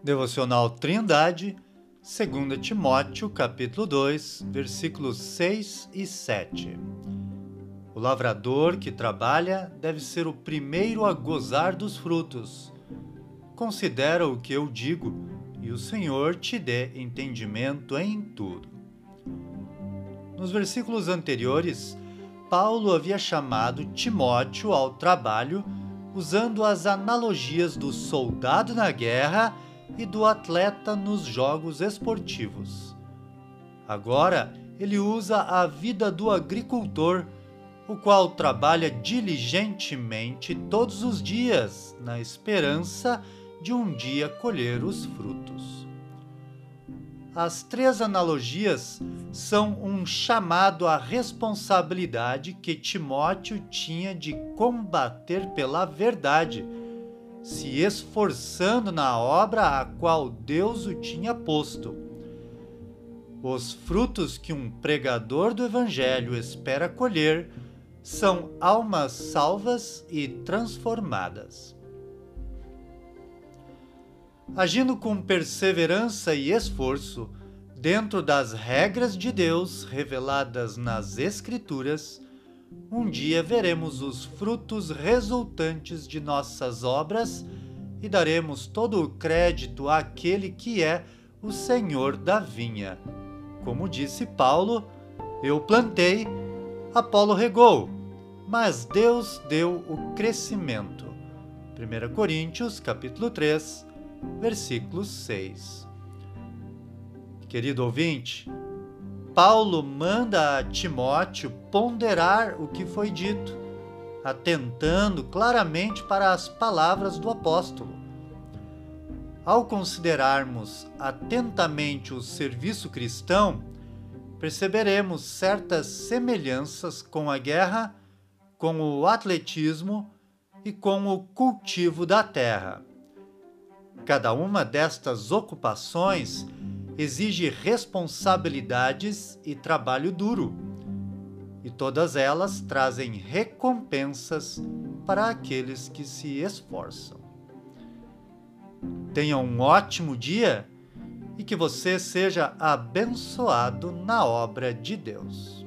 Devocional Trindade, 2 Timóteo, capítulo 2, versículos 6 e 7. O lavrador que trabalha deve ser o primeiro a gozar dos frutos. Considera o que eu digo, e o Senhor te dê entendimento em tudo. Nos versículos anteriores, Paulo havia chamado Timóteo ao trabalho usando as analogias do soldado na guerra e do atleta nos jogos esportivos. Agora, ele usa a vida do agricultor, o qual trabalha diligentemente todos os dias, na esperança de um dia colher os frutos. As três analogias são um chamado à responsabilidade que Timóteo tinha de combater pela verdade, se esforçando na obra a qual Deus o tinha posto. Os frutos que um pregador do Evangelho espera colher são almas salvas e transformadas. Agindo com perseverança e esforço, dentro das regras de Deus reveladas nas Escrituras, um dia veremos os frutos resultantes de nossas obras e daremos todo o crédito àquele que é o Senhor da vinha. Como disse Paulo, eu plantei, Apolo regou, mas Deus deu o crescimento. 1 Coríntios, capítulo 3, versículo 6. Querido ouvinte, Paulo manda a Timóteo ponderar o que foi dito, atentando claramente para as palavras do apóstolo. Ao considerarmos atentamente o serviço cristão, perceberemos certas semelhanças com a guerra, com o atletismo e com o cultivo da terra. Cada uma destas ocupações exige responsabilidades e trabalho duro, e todas elas trazem recompensas para aqueles que se esforçam. Tenha um ótimo dia e que você seja abençoado na obra de Deus.